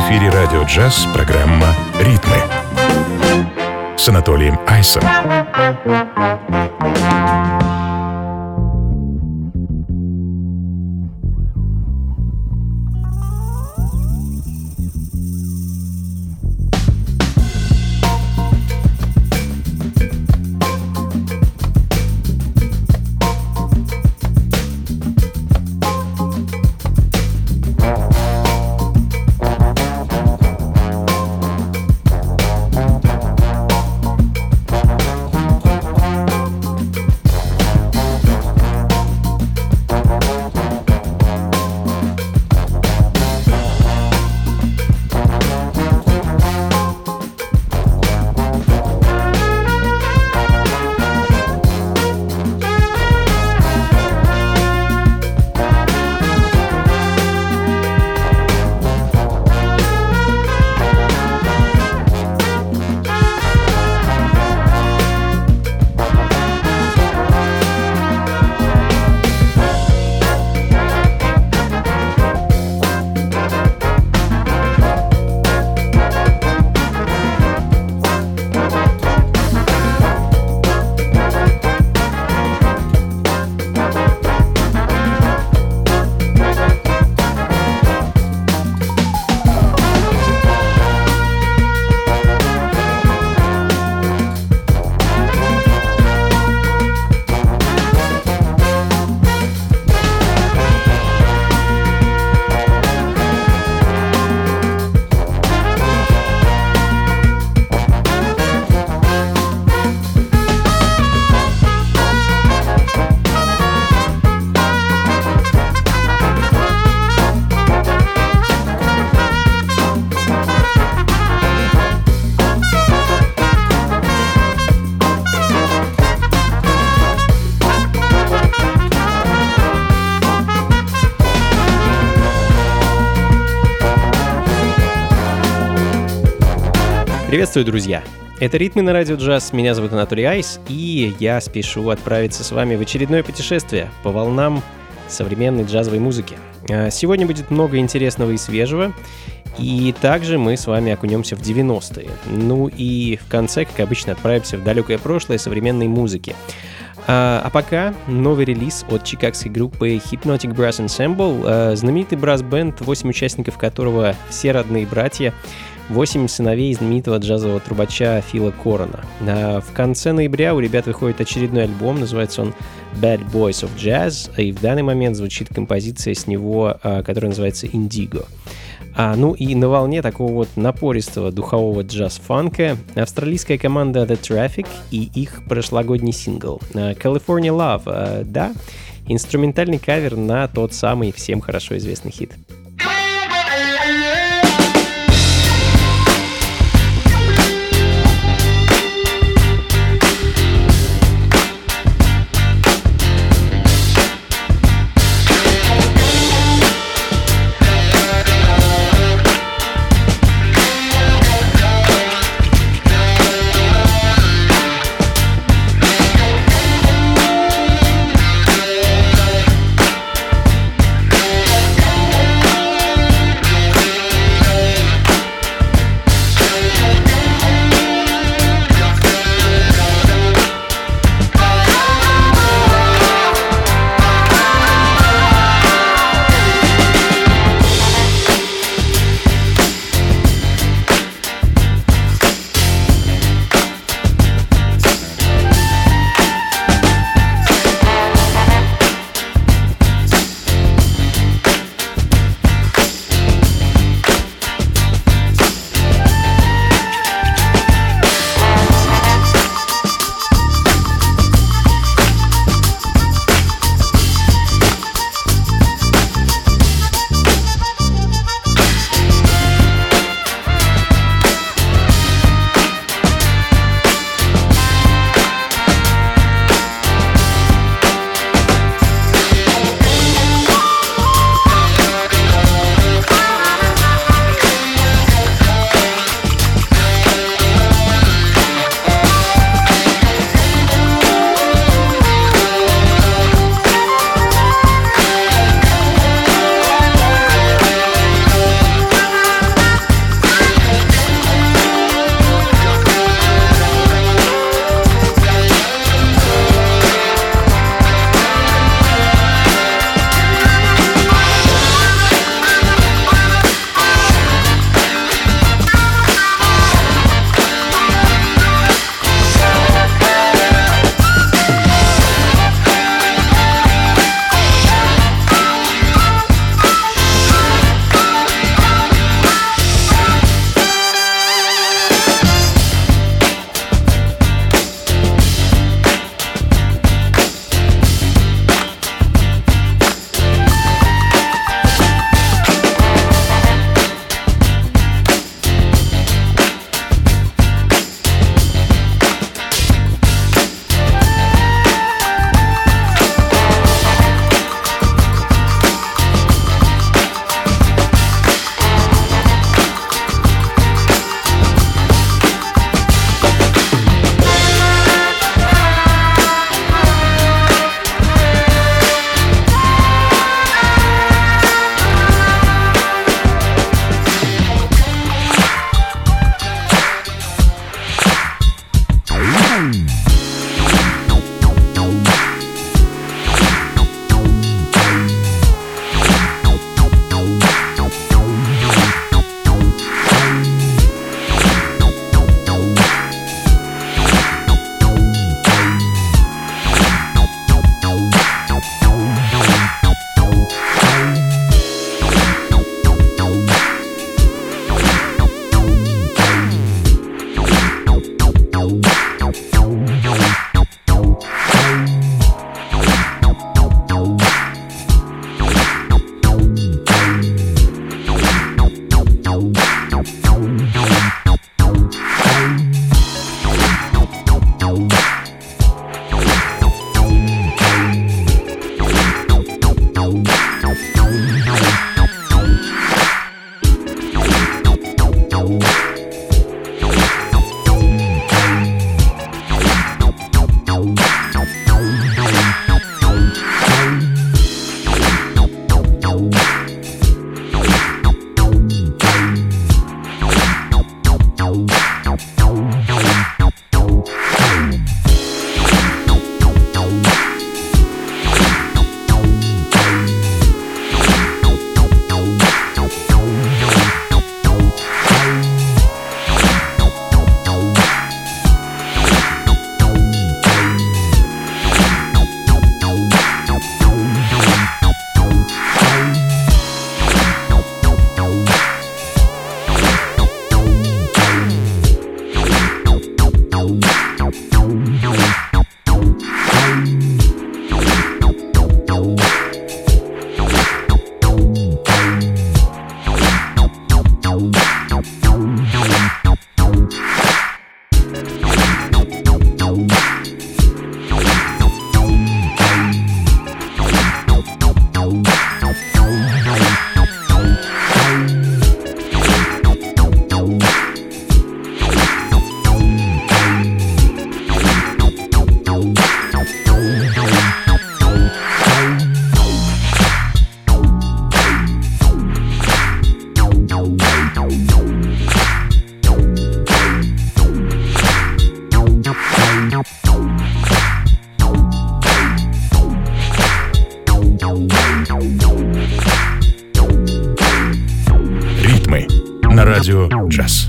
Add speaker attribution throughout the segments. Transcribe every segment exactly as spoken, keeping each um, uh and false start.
Speaker 1: эфире «Радио Джаз» программа «Ритмы» с Анатолием Айсом.
Speaker 2: Приветствую, друзья! Это «Ритмы на Радио Джаз», меня зовут Анатолий Айс, и я спешу отправиться с вами в очередное путешествие по волнам современной джазовой музыки. Сегодня будет много интересного и свежего, и также мы с вами окунемся в девяностые. Ну и в конце, как обычно, отправимся в далекое прошлое современной музыки. А, а пока новый релиз от чикагской группы Hypnotic Brass Ensemble, знаменитый брас-бенд, восемь участников которого все родные братья, восемь сыновей знаменитого джазового трубача Фила Корона. А в конце ноября у ребят выходит очередной альбом, называется он Bad Boys of Jazz, и в данный момент звучит композиция с него, которая называется Indigo. А, ну и на волне такого вот напористого духового джаз-фанка австралийская команда The Traffic и их прошлогодний сингл California Love, а, да, инструментальный кавер на тот самый всем хорошо известный хит.
Speaker 3: We'll be right back.
Speaker 1: радио «Джаз».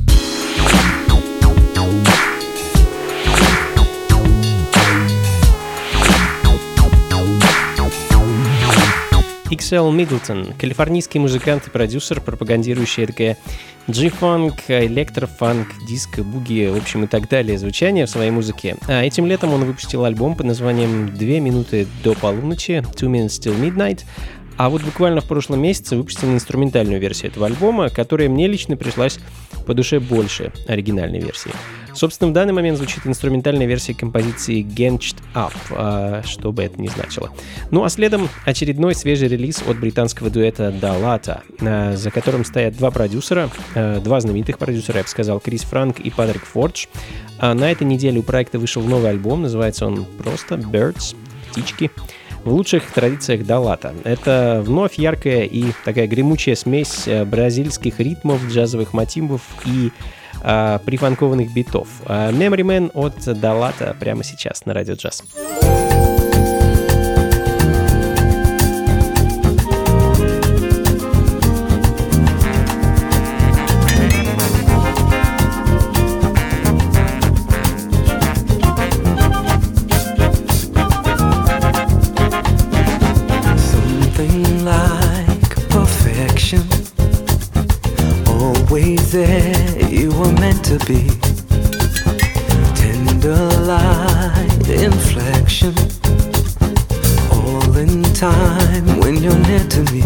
Speaker 2: икс эл Middleton, калифорнийский музыкант и продюсер, пропагандирующий эдакое G-фанк, электрофанк, диско, буги, в общем и так далее звучание в своей музыке. А этим летом он выпустил альбом под названием «Две минуты до полуночи», «Two minutes till midnight», а вот буквально в прошлом месяце выпустил инструментальную версию этого альбома, которая мне лично пришлась по душе больше оригинальной версии. Собственно, в данный момент звучит инструментальная версия композиции «Ganched Up», что бы это ни значило. Ну а следом очередной свежий релиз от британского дуэта Dalata, за которым стоят два продюсера, два знаменитых продюсера, я бы сказал, Крис Франк и Патрик Фордж. А на этой неделе у проекта вышел новый альбом, называется он просто «Birds», «Птички». В лучших традициях Dalata. Это вновь яркая и такая гремучая смесь бразильских ритмов, джазовых мотивов и а, прифанкованных битов. А, Memory Man от Dalata прямо сейчас на Радио Джаз.
Speaker 3: There you were meant to be. Tender light inflection, all in time when you're near to me.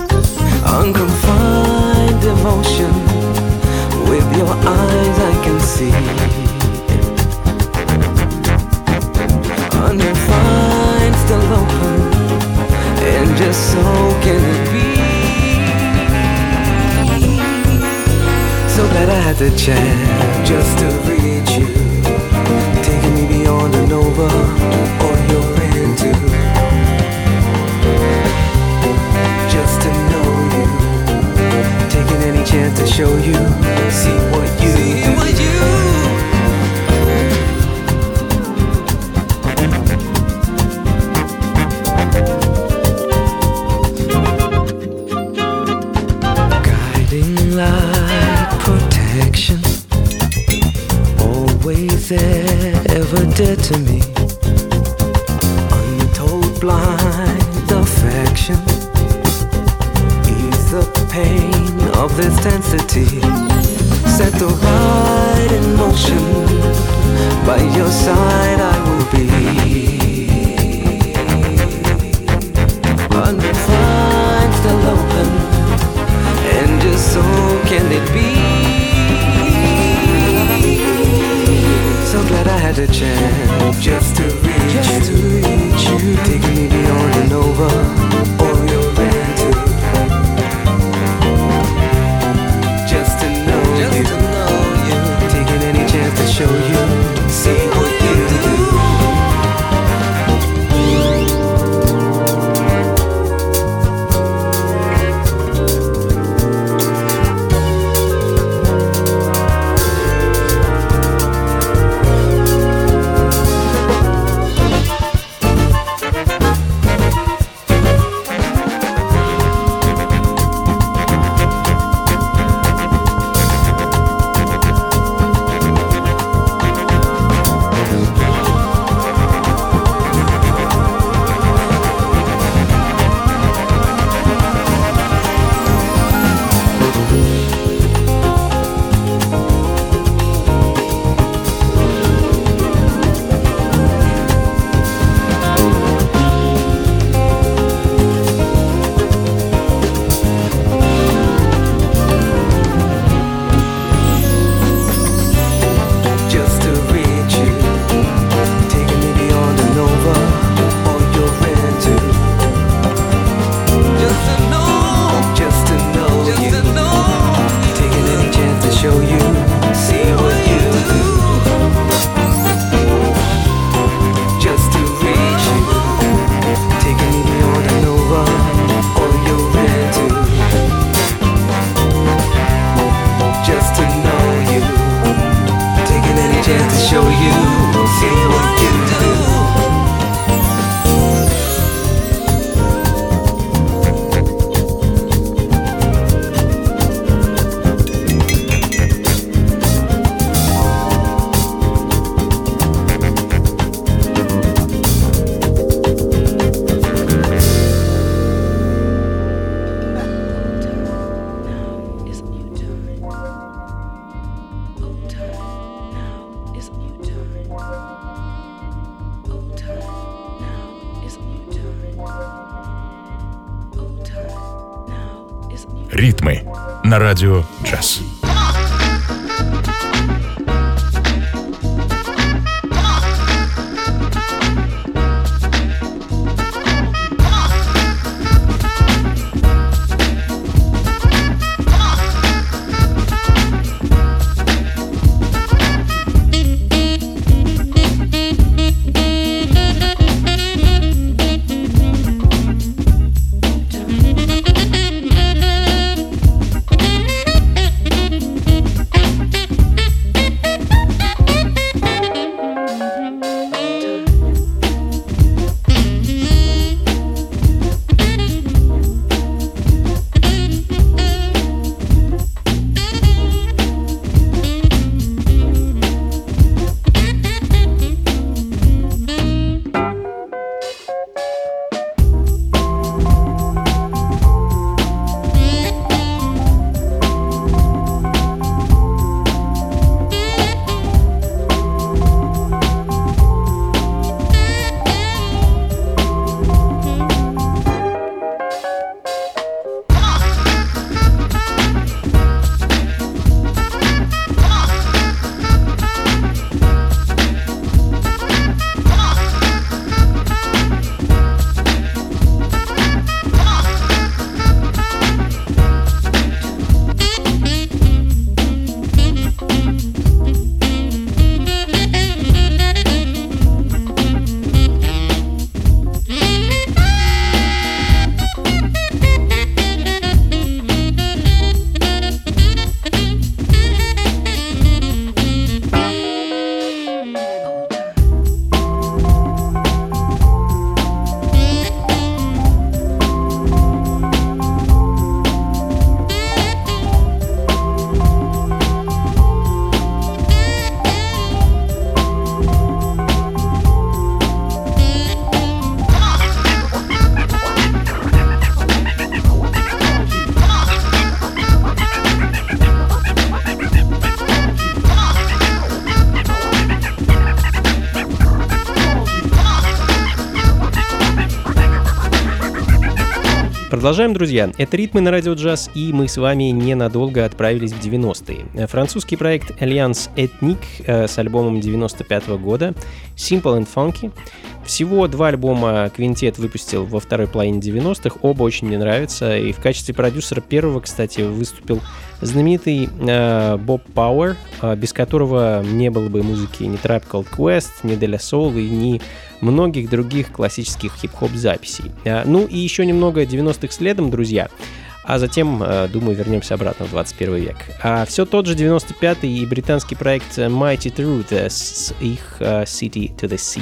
Speaker 3: Unconfined emotion, with your eyes I can see. Undefined, still open, and just so can it be. So glad I had the chance just to reach you, taking me beyond and over all you're into. Just to know you, taking any chance to show you, see what you see do. What you guiding light, protection, always there, ever dead to me. Untold blind affection, ease the pain of this density. Set the ride in motion, by your side I will be. Undefined, still open, and just so can it be. So glad I had a chance just to reach just you, to reach you, taking me beyond and over all you're into. Just to know just you, to know you, taking any chance to show you, see what you do.
Speaker 1: «Ритмы» на радио «Джаз».
Speaker 2: Продолжаем, друзья. Это «Ритмы» на радио «Джаз», и мы с вами ненадолго отправились в девяностые. Французский проект Alliance Ethnique с альбомом девяносто пятого года «Simple and Funky». Всего два альбома квинтет выпустил во второй половине девяностых, оба очень мне нравятся, и в качестве продюсера первого, кстати, выступил знаменитый э, Боб Пауэр, э, без которого не было бы музыки ни Tribe Called Quest, ни De La Soul и ни многих других классических хип-хоп записей. Э, ну и еще немного девяностых следом, друзья, а затем, э, думаю, вернемся обратно в двадцать первый век. А все тот же девяносто пятый и британский проект Mighty Truth э, с их э, City to the Sea.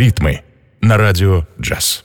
Speaker 1: Ритмы на радио «Джаз».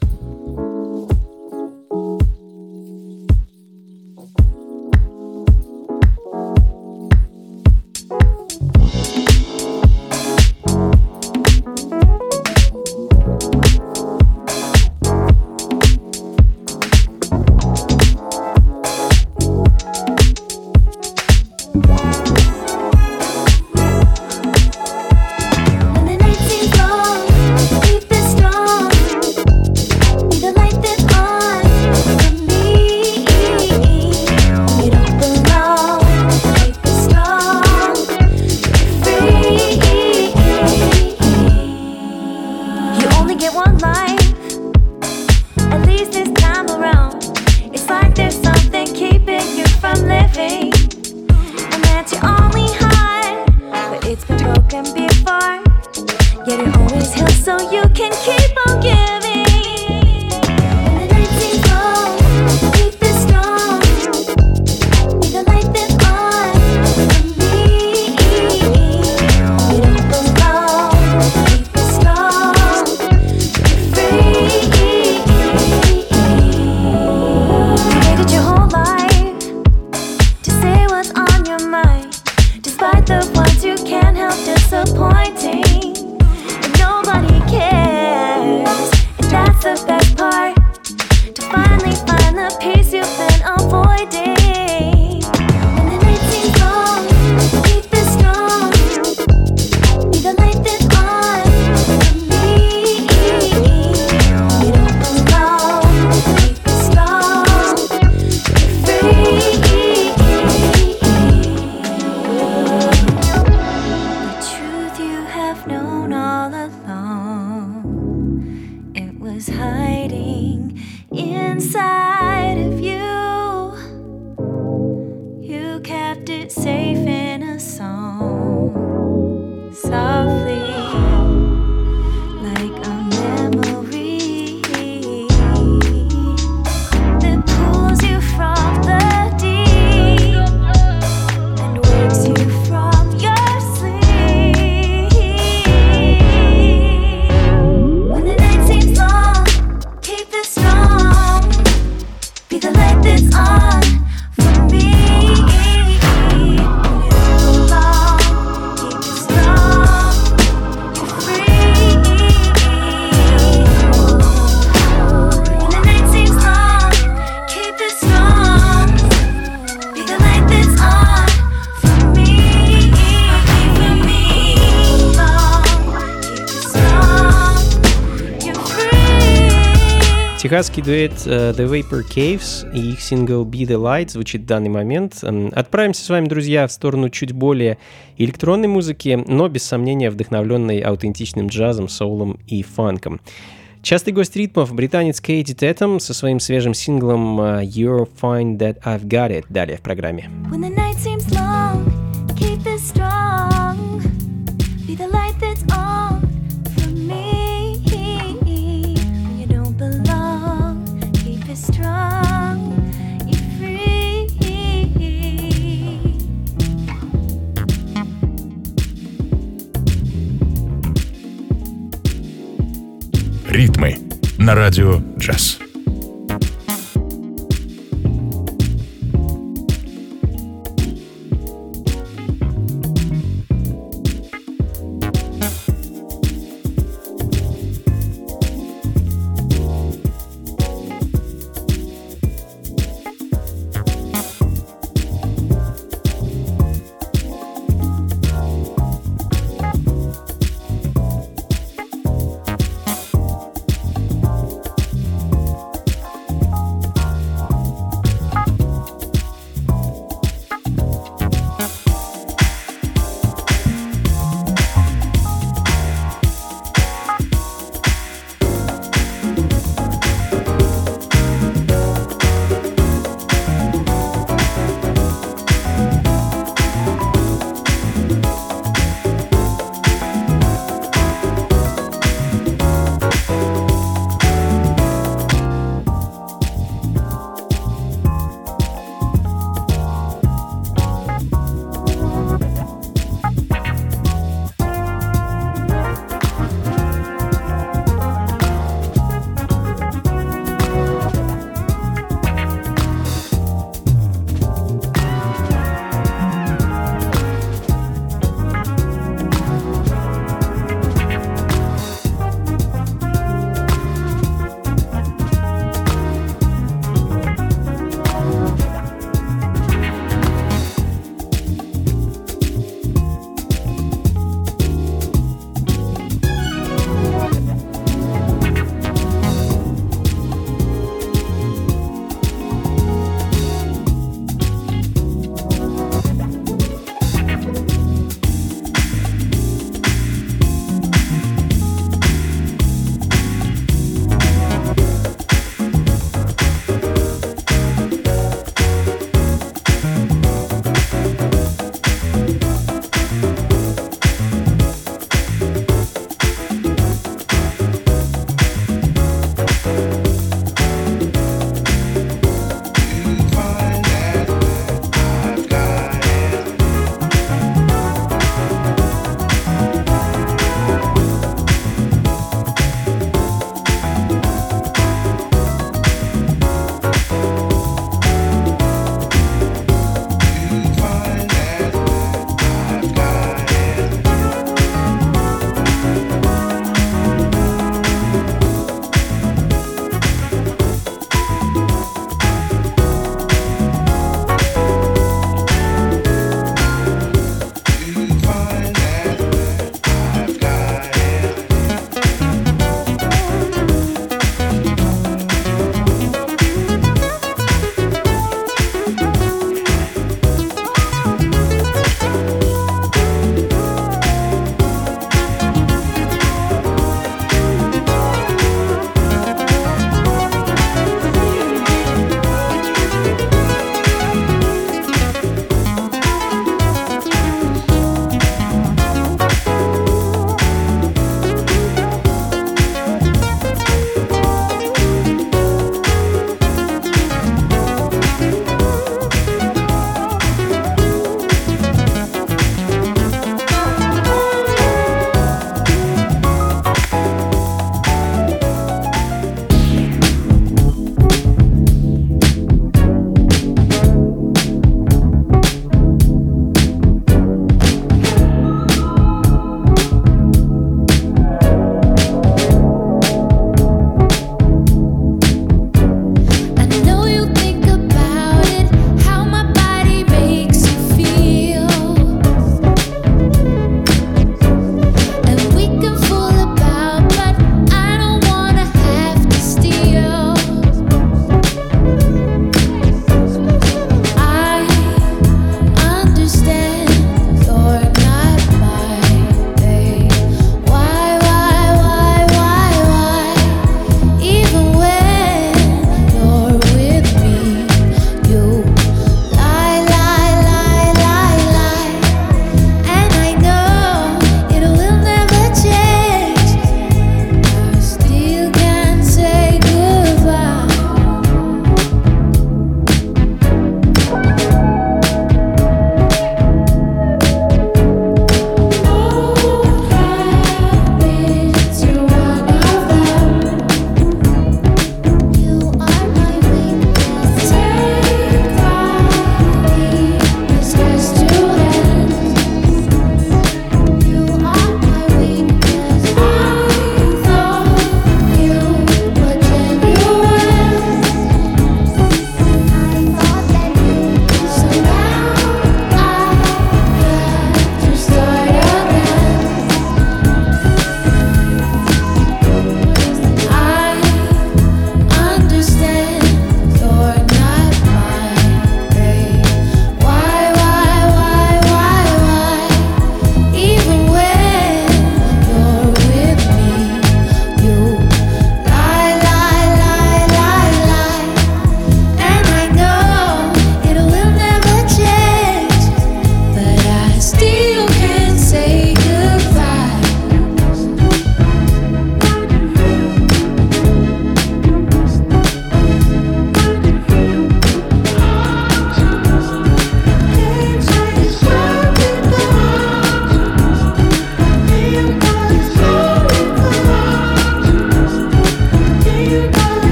Speaker 2: Техасский дуэт uh, The Vapor Caves и их сингл Be The Light звучит в данный момент. Отправимся с вами, друзья, в сторону чуть более электронной музыки, но без сомнения вдохновленной аутентичным джазом, соулом и фанком. Частый гость ритмов — британец Кейти Тетум со своим свежим синглом uh, You'll Find That I've Got It далее в программе.
Speaker 4: When the night seems long, keep it strong. Be the light that's on for me. When you don't belong, keep it strong. You're free.
Speaker 1: Ритмы на радио «Джаз».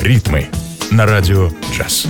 Speaker 1: Ритмы на радио джаз.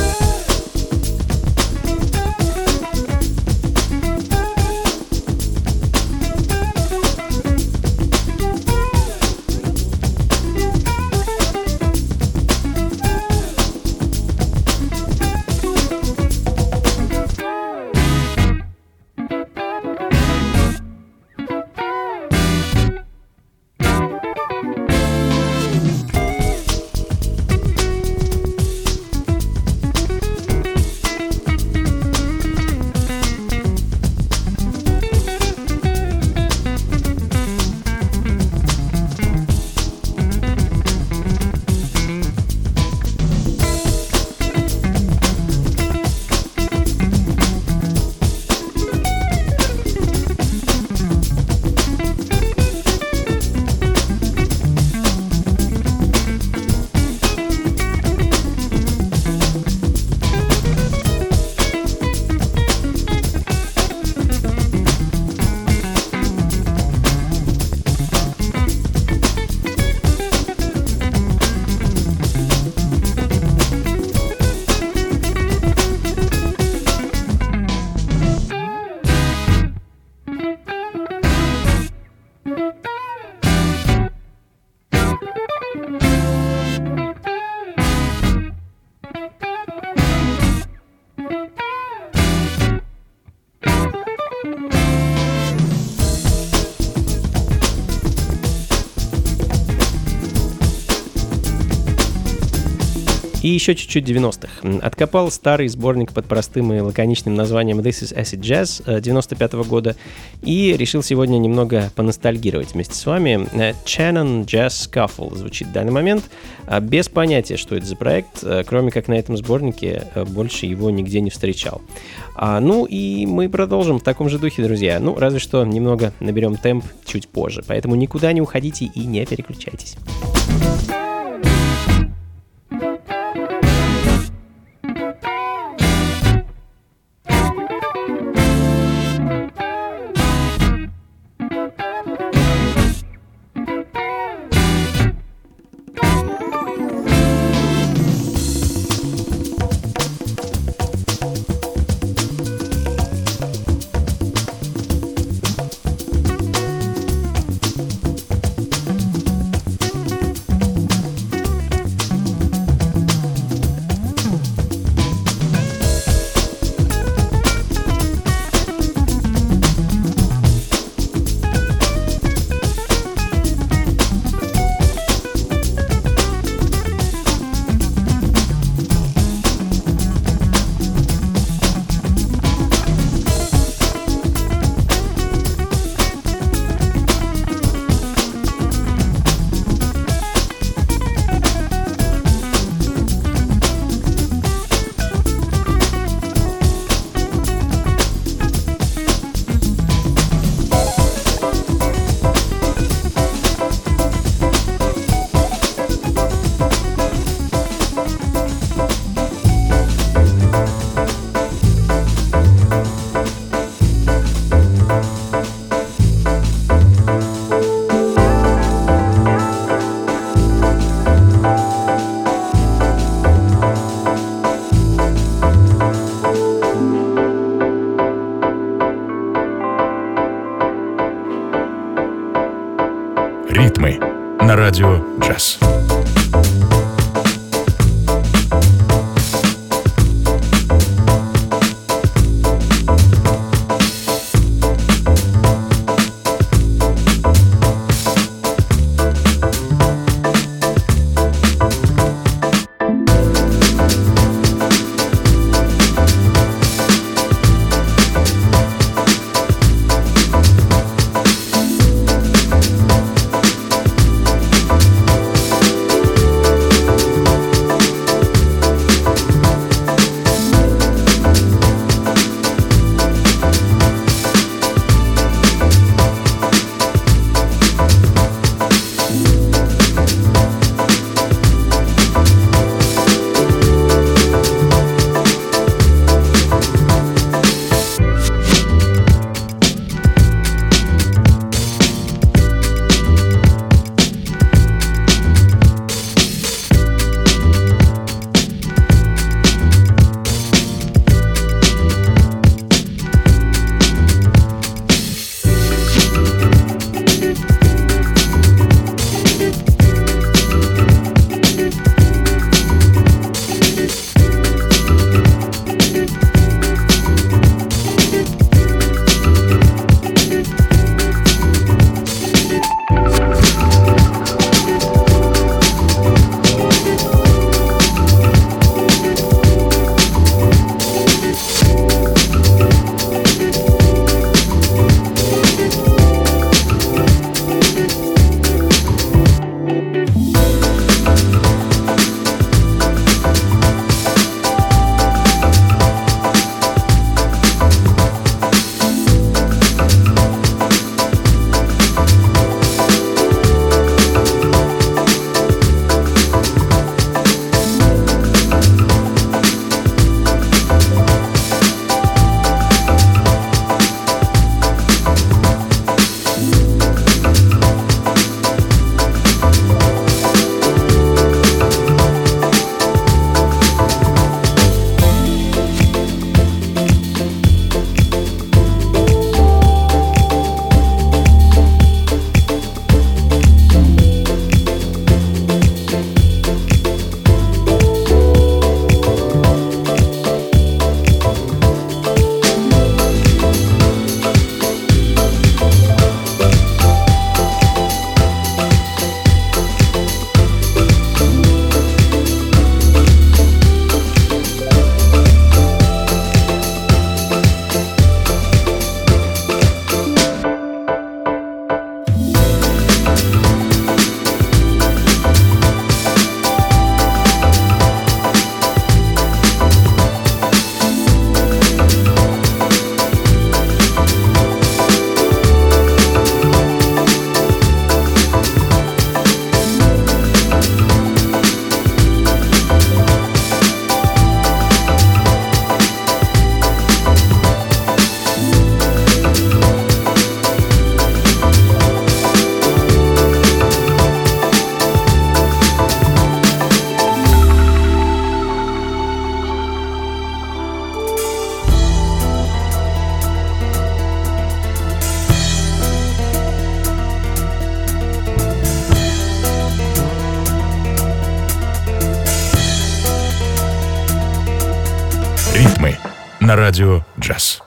Speaker 2: И еще чуть-чуть девяностых. Откопал старый сборник под простым и лаконичным названием This is Acid Jazz девяносто пятого года и решил сегодня немного поностальгировать вместе с вами. Shannon Jazz Scuffle звучит в данный момент. Без понятия, что это за проект, кроме как на этом сборнике больше его нигде не встречал. А, ну и мы продолжим в таком же духе, друзья. Ну, разве что немного наберем темп чуть позже. Поэтому никуда не уходите и не переключайтесь.
Speaker 1: Ритмы на радио джаз. на радио джаз.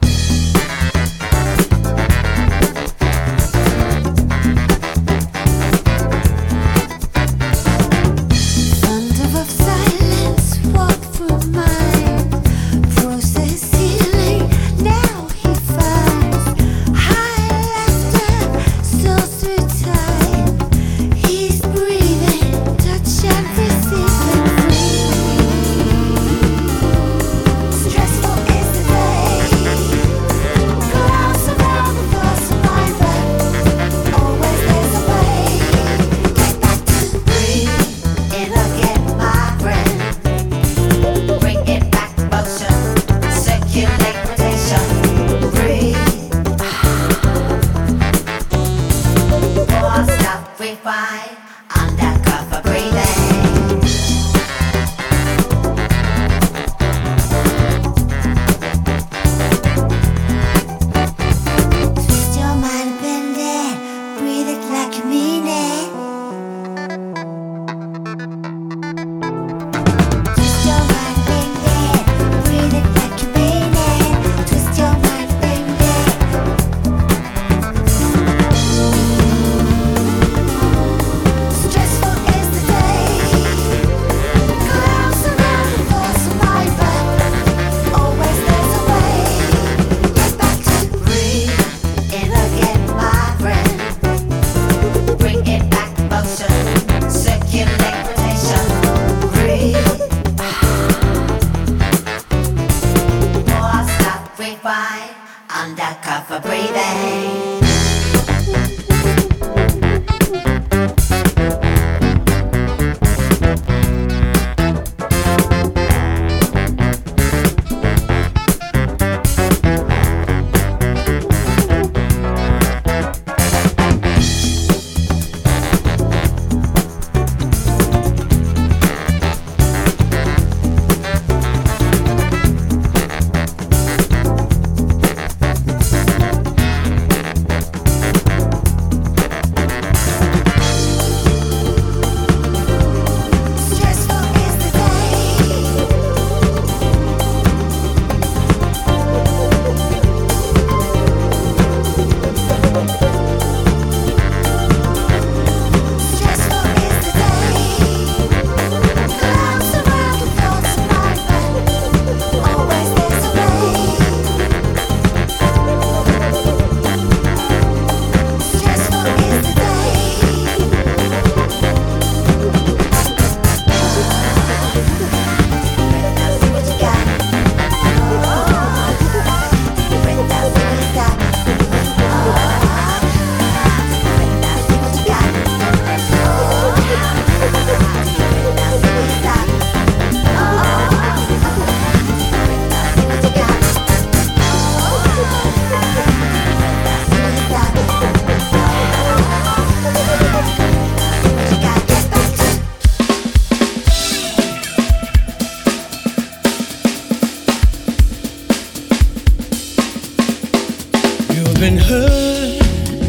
Speaker 5: been hurt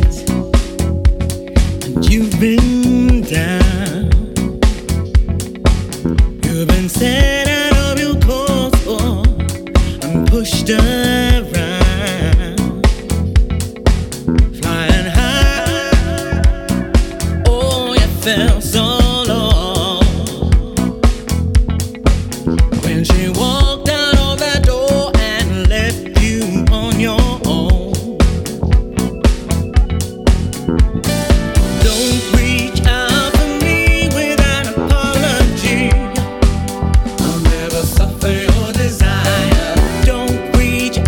Speaker 5: and you've been down. You've been set out of your course for and pushed around, flying high. Oh, you felt so low when she walked out of that door and left you on your own. Don't reach out for me without apology. I'll never suffer your desire. Don't reach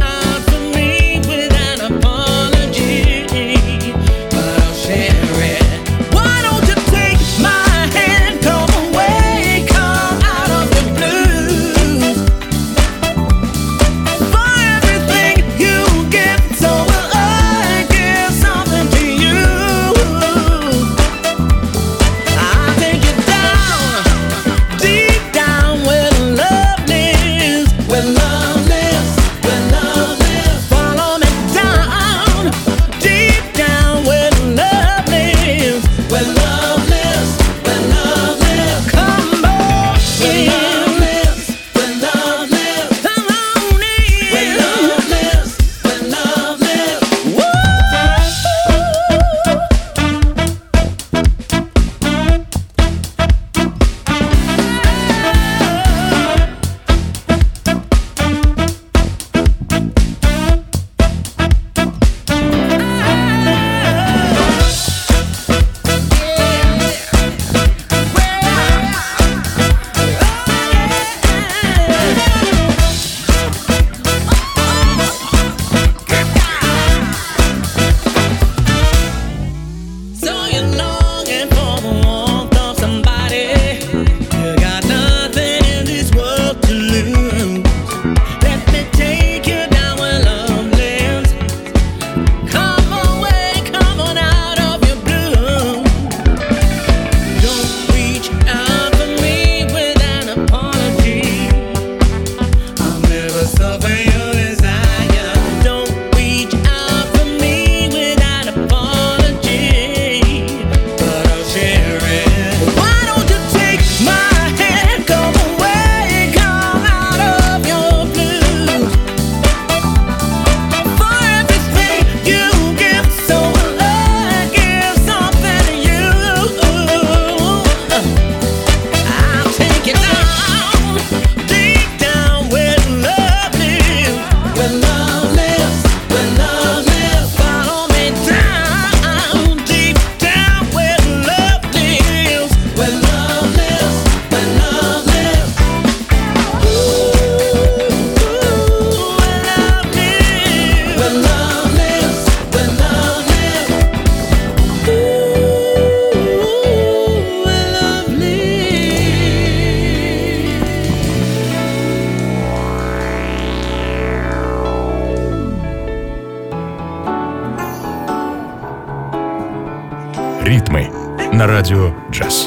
Speaker 1: Ритмы на радио джаз.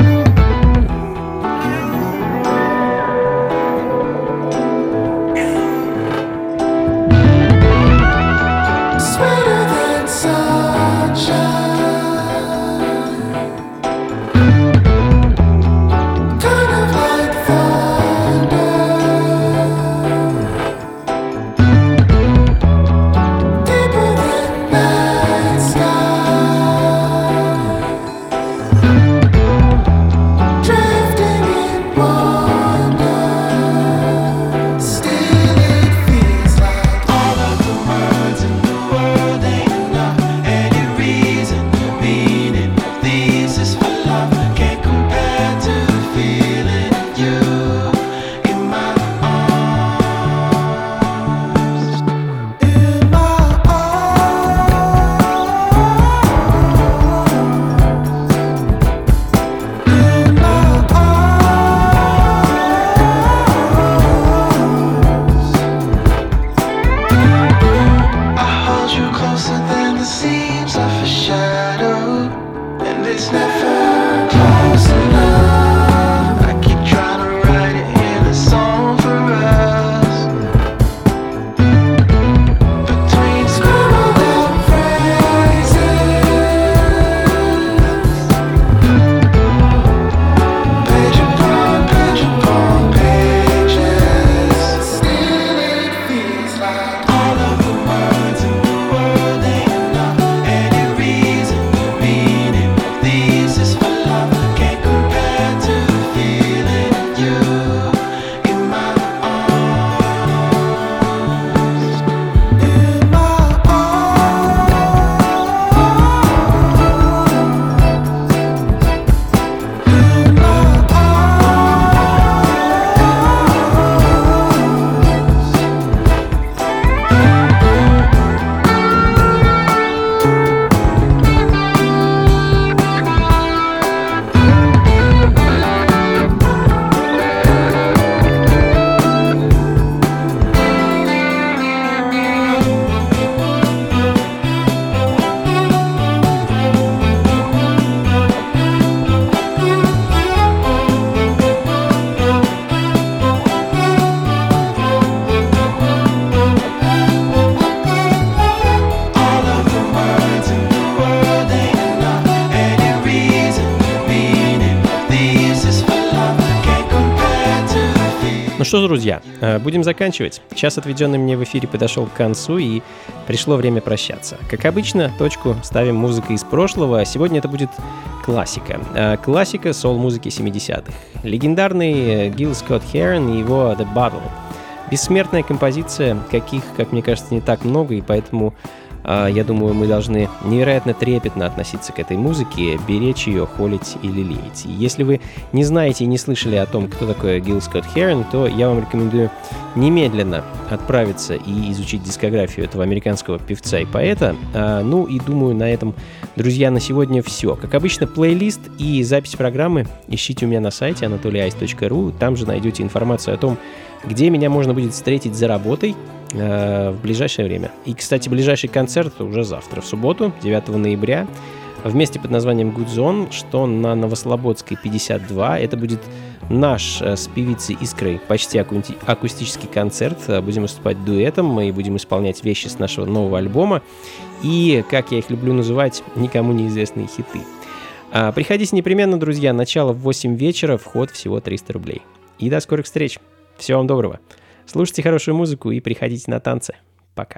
Speaker 2: Ну что ж, друзья, будем заканчивать. Час, отведенный мне в эфире, подошел к концу, и пришло время прощаться. Как обычно, точку ставим музыкой из прошлого, а сегодня это будет классика. Классика соул-музыки семидесятых. Легендарный Гил Скотт Херон и его The Bottle. Бессмертная композиция, каких, как мне кажется, не так много, и поэтому я думаю, мы должны невероятно трепетно относиться к этой музыке, беречь ее, холить или лелеять. И если вы не знаете и не слышали о том, кто такой Гил Скотт Херон, то я вам рекомендую немедленно отправиться и изучить дискографию этого американского певца и поэта. А, ну и думаю, на этом, друзья, на сегодня все. Как обычно, плейлист и запись программы ищите у меня на сайте анатолий айс точка ру. Там же найдете информацию о том, где меня можно будет встретить за работой в ближайшее время. И, кстати, ближайший концерт уже завтра, в субботу, девятого ноября, в месте под названием Good Zone, что на Новослободской пятьдесят два. Это будет наш с певицей Искрой почти аку- акустический концерт. Будем выступать дуэтом, мы будем исполнять вещи с нашего нового альбома и, как я их люблю называть, никому неизвестные хиты. А, приходите непременно, друзья, начало в восемь вечера, вход всего триста рублей. И до скорых встреч. Всего вам доброго. Слушайте хорошую музыку и приходите на танцы. Пока.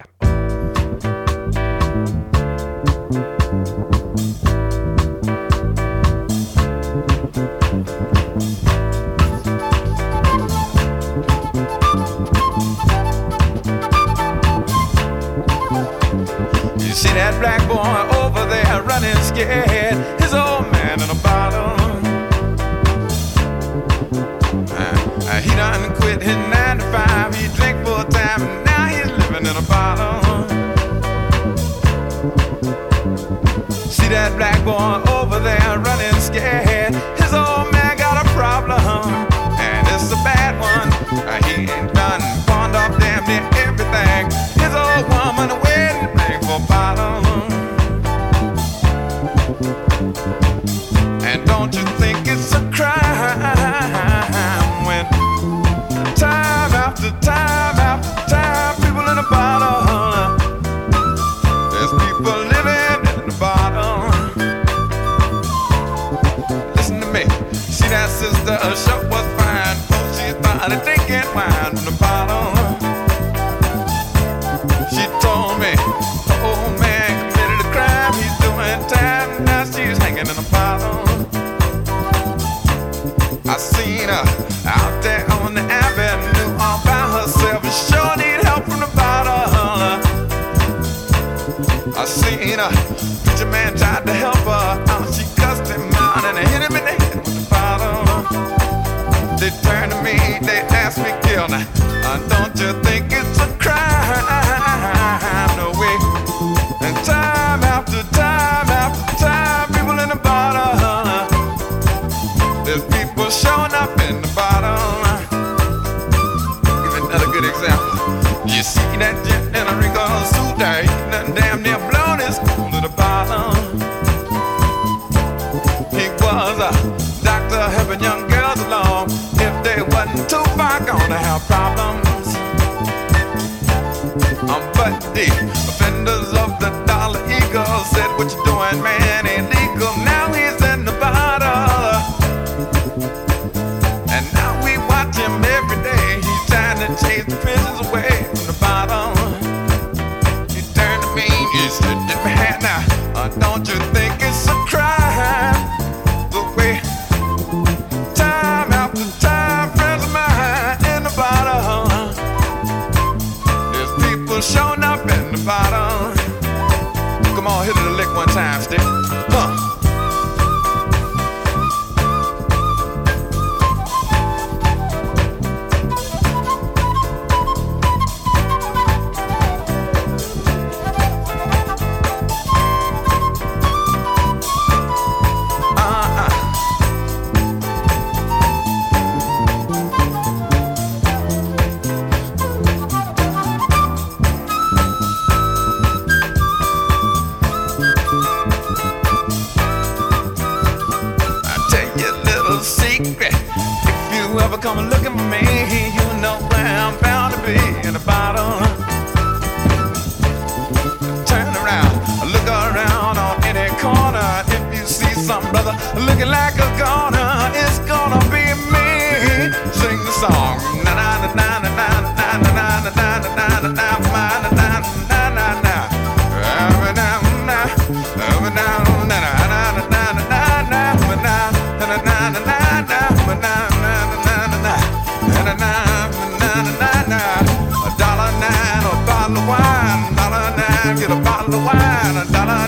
Speaker 6: You see that black boy over there running scared, his old man in a bottle. Uh, he done quit his nine to five, he drink full time, and now he's living in a bottle. See that black boy over there running scared, his old man got a problem, and it's a bad one. Uh, he ain't done pawned off damn near everything, his old woman a wedding ring for a bottle. There's people living in the bottom. Listen to me. See that sister, her shirt was fine. Oh, she started drinking wine from the bottom. She told me, the old man committed a crime. He's doing time. Now she's hanging in the bottom. I seen her out there on the avenue all by herself. She sure need help from the bottom. I seen her, preacher man tried to help her out. She cussed him out and hit him in the head with the bottle. They turned to me, they asked me, Gilda, uh, don't you think it's a crime? No way. And time after time after time, people in the bottom. There's people showing up in the bottom. Give you another good example. You see that gent in a wrinkled suit there, he done damn near blown his cool to the bottom. He was a doctor helping young girls along. If they wasn't too far gone to have problems. Um, but the offenders of the Dollar Eagle said, what you doing, man, ain't legal. Now he's in the bottom. And now we watch him every day. He's trying to chase the prisons away from the bottom. He turned to me, he said, man, now, uh, don't you think it's a crime? The way time after time, friends of mine in the bottom. There's people showing up in the bottom. Come on, hit it a lick one time, stick. Huh. Come and look at me, you know where I'm bound to be in the bottom. Turn around, look around on any corner. If you see some brother looking like a goner, it's gonna be me. Sing the song. Na na na na na na na na na na na na na na na na na na. Every now and now, every now and now, na na na na na na na na na na na na. A dollar nine, a bottle of wine, dollar nine, get a bottle of wine, a dollar